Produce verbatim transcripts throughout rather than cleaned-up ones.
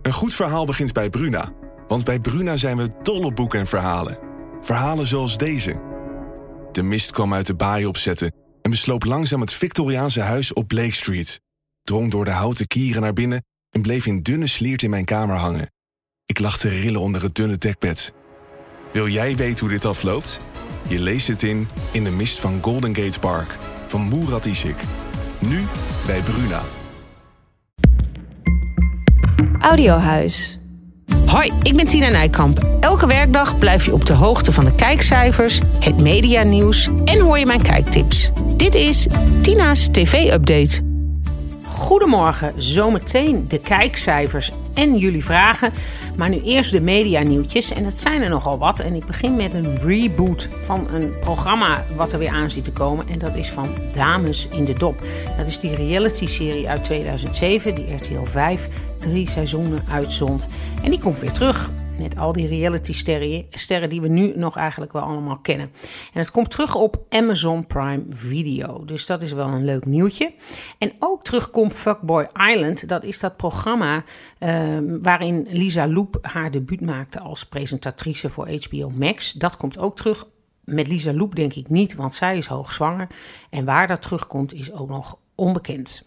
Een goed verhaal begint bij Bruna. Want bij Bruna zijn we dol op boeken en verhalen. Verhalen zoals deze. De mist kwam uit de baai opzetten en besloop langzaam het Victoriaanse huis op Blake Street. Drong door de houten kieren naar binnen en bleef in dunne sliert in mijn kamer hangen. Ik lag te rillen onder het dunne dekbed. Wil jij weten hoe dit afloopt? Je leest het in In de mist van Golden Gate Park van Murat Isik. Nu bij Bruna. Audiohuis. Hoi, ik ben Tina Nijkamp. Elke werkdag blijf je op de hoogte van de kijkcijfers, het medianieuws en hoor je mijn kijktips. Dit is Tina's tv-update. Goedemorgen, zometeen de kijkcijfers en jullie vragen. Maar nu eerst de medianieuwtjes en het zijn er nogal wat. En ik begin met een reboot van een programma wat er weer aan zit te komen. En dat is van Dames in de Dop. Dat is die reality-serie uit tweeduizend zeven die R T L vijf drie seizoenen uitzond. En die komt weer terug. Met al die reality-sterren sterren die we nu nog eigenlijk wel allemaal kennen. En het komt terug op Amazon Prime Video. Dus dat is wel een leuk nieuwtje. En ook terugkomt Fuckboy Island. Dat is dat programma uh, waarin Lisa Loep haar debuut maakte als presentatrice voor H B O Max. Dat komt ook terug. Met Lisa Loep denk ik niet, want zij is hoogzwanger. En waar dat terugkomt is ook nog onbekend.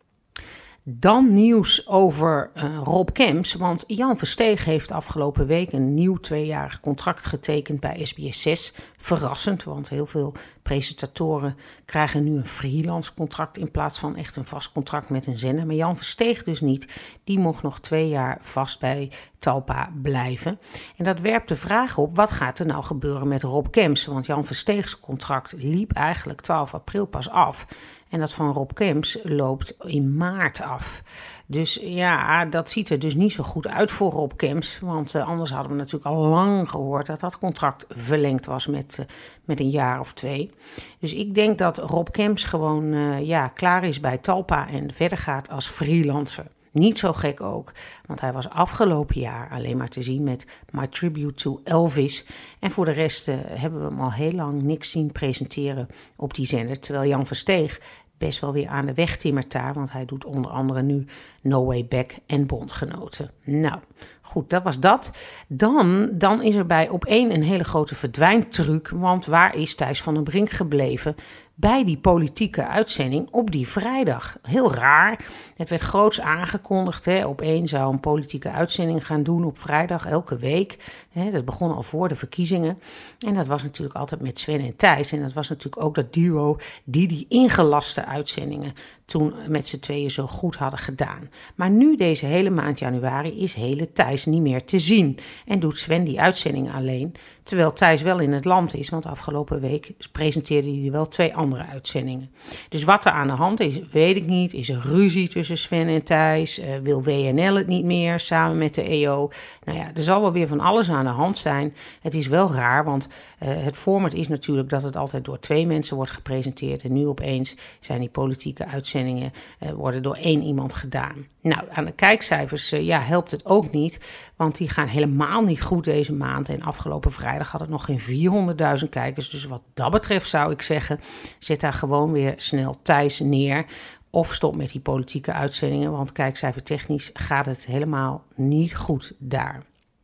Dan nieuws over uh, Rob Kemps, want Jan Versteeg heeft afgelopen week een nieuw tweejarig contract getekend bij S B S zes. Verrassend, want heel veel presentatoren krijgen nu een freelance contract in plaats van echt een vast contract met een zender. Maar Jan Versteeg dus niet, die mocht nog twee jaar vast bij Talpa blijven. En dat werpt de vraag op, wat gaat er nou gebeuren met Rob Kemps? Want Jan Versteeg's contract liep eigenlijk twaalf april pas af. En dat van Rob Kemps loopt in maart af. Dus ja, dat ziet er dus niet zo goed uit voor Rob Kemps. Want uh, anders hadden we natuurlijk al lang gehoord dat dat contract verlengd was met, uh, met een jaar of twee. Dus ik denk dat Rob Kemps gewoon uh, ja, klaar is bij Talpa en verder gaat als freelancer. Niet zo gek ook, want hij was afgelopen jaar alleen maar te zien met My Tribute to Elvis. En voor de rest uh, hebben we hem al heel lang niks zien presenteren op die zender. Terwijl Jan Versteeg best wel weer aan de weg timmert daar, want hij doet onder andere nu No Way Back en Bondgenoten. Nou, goed, dat was dat. Dan, dan is er bij Op één een hele grote verdwijntruc, want waar is Thijs van den Brink gebleven bij die politieke uitzending op die vrijdag? Heel raar. Het werd groots aangekondigd. Hè. Op één zou een politieke uitzending gaan doen op vrijdag elke week. Hè, dat begon al voor de verkiezingen. En dat was natuurlijk altijd met Sven en Thijs. En dat was natuurlijk ook dat duo die die ingelaste uitzendingen toen met z'n tweeën zo goed hadden gedaan. Maar nu deze hele maand januari is hele Thijs niet meer te zien. En doet Sven die uitzending alleen, terwijl Thijs wel in het land is. Want afgelopen week presenteerde hij wel twee andere uitzendingen. Dus wat er aan de hand is, weet ik niet. Is er ruzie tussen Sven en Thijs? Uh, wil W N L het niet meer samen met de E O? Nou ja, er zal wel weer van alles aan de hand zijn. Het is wel raar, want uh, het format is natuurlijk dat het altijd door twee mensen wordt gepresenteerd. En nu opeens zijn die politieke uitzendingen uh, worden door één iemand gedaan. Nou, aan de kijkcijfers uh, ja, helpt het ook niet, want die gaan helemaal niet goed deze maand. En afgelopen vrijdag had het nog geen vierhonderdduizend kijkers. Dus wat dat betreft zou ik zeggen, zet daar gewoon weer snel Thijs neer. Of stop met die politieke uitzendingen, want kijkcijfertechnisch gaat het helemaal niet goed daar.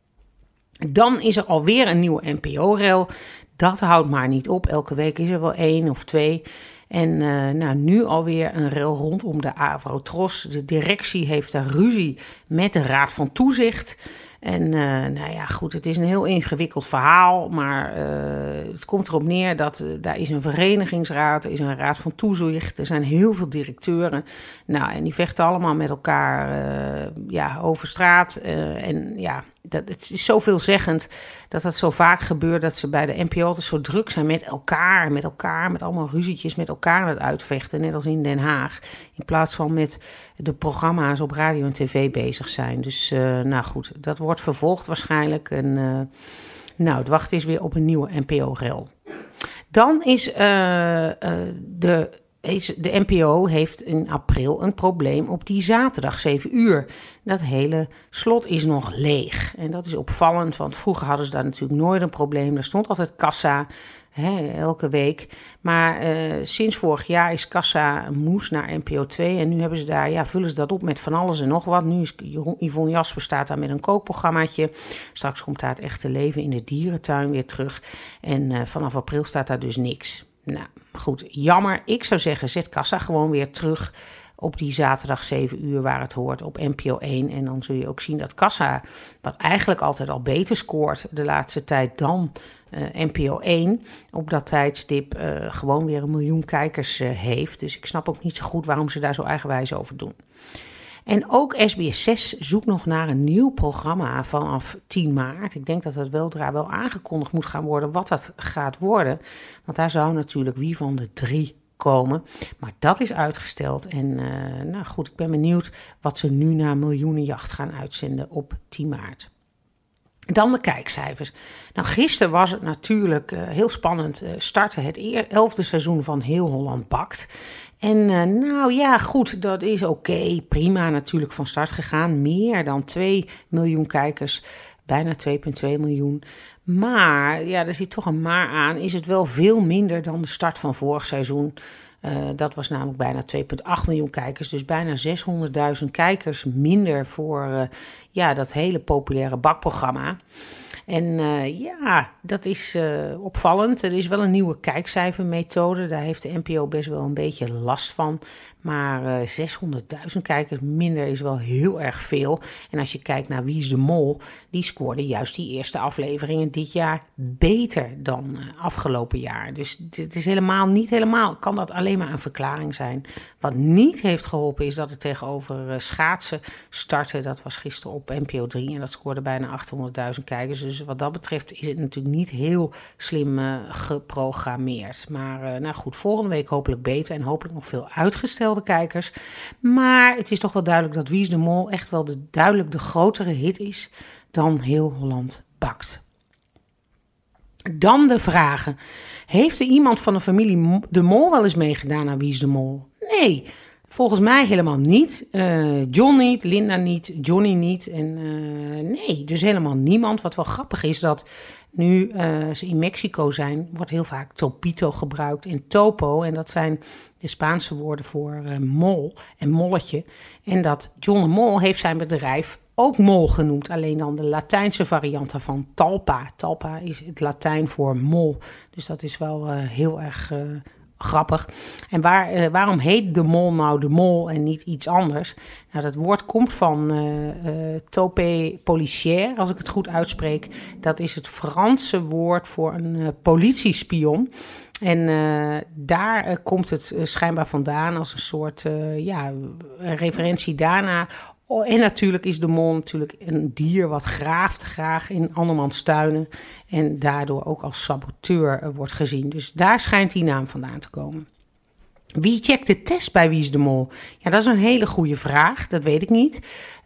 Dan is er alweer een nieuwe N P O-rel. Dat houdt maar niet op. Elke week is er wel één of twee. En uh, nou, nu alweer een rel rondom de Avrotros. De directie heeft daar ruzie met de Raad van Toezicht. En uh, nou ja, goed, het is een heel ingewikkeld verhaal, maar uh, het komt erop neer dat uh, daar is een verenigingsraad, er is een raad van toezicht, er zijn heel veel directeuren. Nou, en die vechten allemaal met elkaar uh, ja, over straat. Uh, en ja, dat, het is zo veelzeggend dat dat zo vaak gebeurt dat ze bij de N P O altijd zo druk zijn met elkaar, met elkaar, met allemaal ruzietjes met elkaar aan het uitvechten, net als in Den Haag. In plaats van met de programma's op radio en tv bezig zijn. Dus uh, nou goed, dat wordt vervolgd waarschijnlijk. En uh, nou, het wachten is weer op een nieuwe N P O-rel. Dan is uh, uh, de... De N P O heeft in april een probleem op die zaterdag, zeven uur. Dat hele slot is nog leeg. En dat is opvallend, want vroeger hadden ze daar natuurlijk nooit een probleem. Er stond altijd kassa. Hè, elke week. Maar uh, sinds vorig jaar is Kassa moes naar N P O twee. En nu hebben ze daar, ja, vullen ze dat op met van alles en nog wat. Nu is Yvonne Jasper staat daar met een kookprogrammaatje. Straks komt daar het echte leven in de dierentuin weer terug. En uh, vanaf april staat daar dus niks. Nou, goed, jammer. Ik zou zeggen, zet Kassa gewoon weer terug op die zaterdag zeven uur waar het hoort op N P O één. En dan zul je ook zien dat Kassa, wat eigenlijk altijd al beter scoort de laatste tijd dan uh, N P O één, op dat tijdstip uh, gewoon weer een miljoen kijkers uh, heeft. Dus ik snap ook niet zo goed waarom ze daar zo eigenwijs over doen. En ook S B S zes zoekt nog naar een nieuw programma vanaf tien maart. Ik denk dat het weldra wel aangekondigd moet gaan worden wat dat gaat worden. Want daar zou natuurlijk Wie van de Drie komen. Maar dat is uitgesteld. En uh, nou goed, ik ben benieuwd wat ze nu na Miljoenenjacht gaan uitzenden op tien maart. Dan de kijkcijfers. Nou, gisteren was het natuurlijk uh, heel spannend. Uh, starten het elfde seizoen van Heel Holland Bakt. En uh, nou ja, goed, dat is oké. Okay, prima natuurlijk van start gegaan. Meer dan twee miljoen kijkers. Bijna twee komma twee miljoen. Maar, ja, er zit toch een maar aan. Is het wel veel minder dan de start van vorig seizoen. Uh, dat was namelijk bijna twee komma acht miljoen kijkers. Dus bijna zeshonderdduizend kijkers minder voor uh, ja, dat hele populaire bakprogramma. En uh, ja, dat is uh, opvallend. Er is wel een nieuwe kijkcijfermethode. Daar heeft de N P O best wel een beetje last van. Maar uh, zeshonderdduizend kijkers minder is wel heel erg veel. En als je kijkt naar Wie is de Mol, die scoorde juist die eerste afleveringen dit jaar beter dan uh, afgelopen jaar. Dus het is helemaal niet helemaal, kan dat alleen maar een verklaring zijn. Wat niet heeft geholpen is dat het tegenover uh, schaatsen startte. Dat was gisteren op N P O drie en dat scoorde bijna achthonderdduizend kijkers. Dus wat dat betreft is het natuurlijk niet heel slim uh, geprogrammeerd. Maar uh, nou goed, volgende week hopelijk beter en hopelijk nog veel uitgestelde kijkers. Maar het is toch wel duidelijk dat Wie is de Mol echt wel de, duidelijk de grotere hit is dan Heel Holland Bakt. Dan de vragen. Heeft er iemand van de familie De Mol wel eens meegedaan aan Wie is de Mol? Nee, volgens mij helemaal niet. Uh, John niet, Linda niet, Johnny niet. En uh, nee, dus helemaal niemand. Wat wel grappig is dat nu uh, ze in Mexico zijn, wordt heel vaak topito gebruikt en topo. En dat zijn de Spaanse woorden voor uh, mol en molletje. En dat John de Mol heeft zijn bedrijf ook mol genoemd. Alleen dan de Latijnse variant daarvan, talpa. Talpa is het Latijn voor mol. Dus dat is wel uh, heel erg uh, grappig. En waar, uh, waarom heet de mol nou de mol en niet iets anders? Nou, dat woord komt van uh, uh, taupe policière, als ik het goed uitspreek. Dat is het Franse woord voor een uh, politiespion. En uh, daar uh, komt het uh, schijnbaar vandaan als een soort uh, ja, referentie daarna. Oh, en natuurlijk is de mol natuurlijk een dier wat graaft graag in andermans tuinen. En daardoor ook als saboteur uh, wordt gezien. Dus daar schijnt die naam vandaan te komen. Wie checkt de test bij Wie is de Mol? Ja, dat is een hele goede vraag. Dat weet ik niet.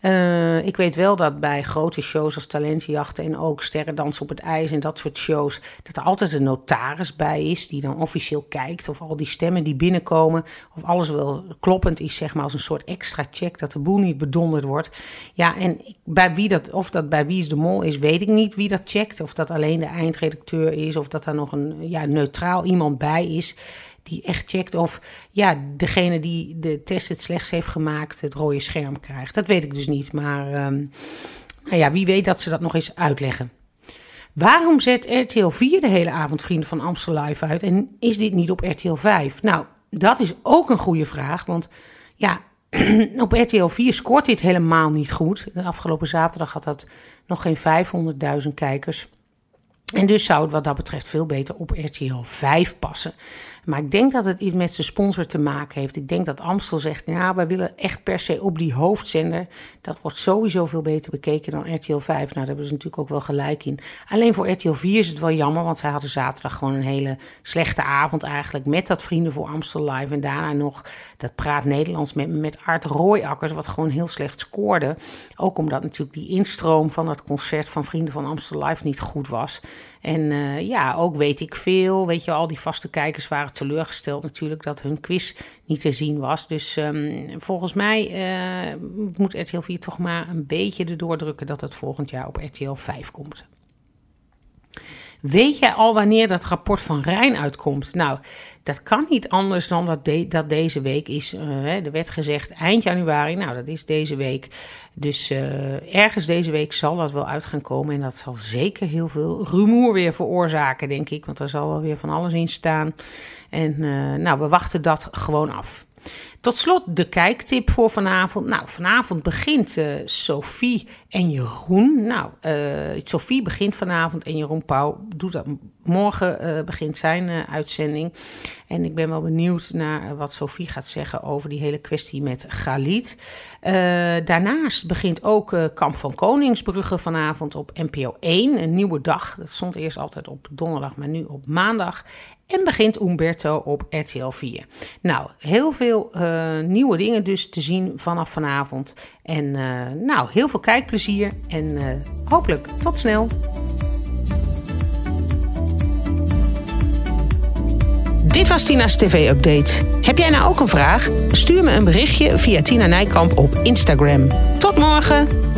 Uh, ik weet wel dat bij grote shows als Talentjachten en ook Sterrendans op het IJs en dat soort shows, dat er altijd een notaris bij is die dan officieel kijkt of al die stemmen die binnenkomen, of alles wel kloppend is, zeg maar, als een soort extra check, dat de boel niet bedonderd wordt. Ja, en bij wie dat, of dat bij Wie is de Mol is, weet ik niet wie dat checkt. Of dat alleen de eindredacteur is, of dat daar nog een ja, neutraal iemand bij is die echt checkt of ja, degene die de test het slechts heeft gemaakt het rode scherm krijgt. Dat weet ik dus niet, maar um, nou ja, wie weet dat ze dat nog eens uitleggen. Waarom zet R T L vier de hele avond Vrienden van Amstel live uit en is dit niet op R T L vijf? Nou, dat is ook een goede vraag, want ja, op R T L vier scoort dit helemaal niet goed. De afgelopen zaterdag had dat nog geen vijfhonderdduizend kijkers. En dus zou het wat dat betreft veel beter op R T L vijf passen. Maar ik denk dat het iets met zijn sponsor te maken heeft. Ik denk dat Amstel zegt, nou, wij willen echt per se op die hoofdzender. Dat wordt sowieso veel beter bekeken dan R T L vijf. Nou, daar hebben ze natuurlijk ook wel gelijk in. Alleen voor R T L vier is het wel jammer, want zij hadden zaterdag gewoon een hele slechte avond eigenlijk. Met dat Vrienden voor Amstel live. En daarna nog dat Praat Nederlands met, met Art Rooijakkers, wat gewoon heel slecht scoorde. Ook omdat natuurlijk die instroom van dat concert van Vrienden van Amstel live niet goed was. En uh, ja, ook weet ik veel. Weet je, al die vaste kijkers waren teleurgesteld natuurlijk dat hun quiz niet te zien was. Dus um, volgens mij uh, moet R T L vier toch maar een beetje erdoor drukken dat het volgend jaar op R T L vijf komt. Weet jij al wanneer dat rapport van Rijn uitkomt? Nou, dat kan niet anders dan dat, de, dat deze week is. Uh, er werd gezegd eind januari, nou dat is deze week. Dus uh, ergens deze week zal dat wel uit gaan komen. En dat zal zeker heel veel rumoer weer veroorzaken, denk ik. Want er zal wel weer van alles in staan. En uh, nou, we wachten dat gewoon af. Tot slot de kijktip voor vanavond. Nou, vanavond begint uh, Sophie en Jeroen. Nou, uh, Sophie begint vanavond en Jeroen Pauw doet dat morgen, uh, begint zijn uh, uitzending. En ik ben wel benieuwd naar wat Sophie gaat zeggen over die hele kwestie met Galit. Uh, daarnaast begint ook uh, Kamp van Koningsbrugge vanavond op N P O één. Een nieuwe dag. Dat stond eerst altijd op donderdag, maar nu op maandag. En begint Umberto op R T L vier. Nou, heel veel uh, nieuwe dingen dus te zien vanaf vanavond. En uh, nou, heel veel kijkplezier en uh, hopelijk tot snel. Dit was Tina's T V-update. Heb jij nou ook een vraag? Stuur me een berichtje via Tina Nijkamp op Instagram. Tot morgen!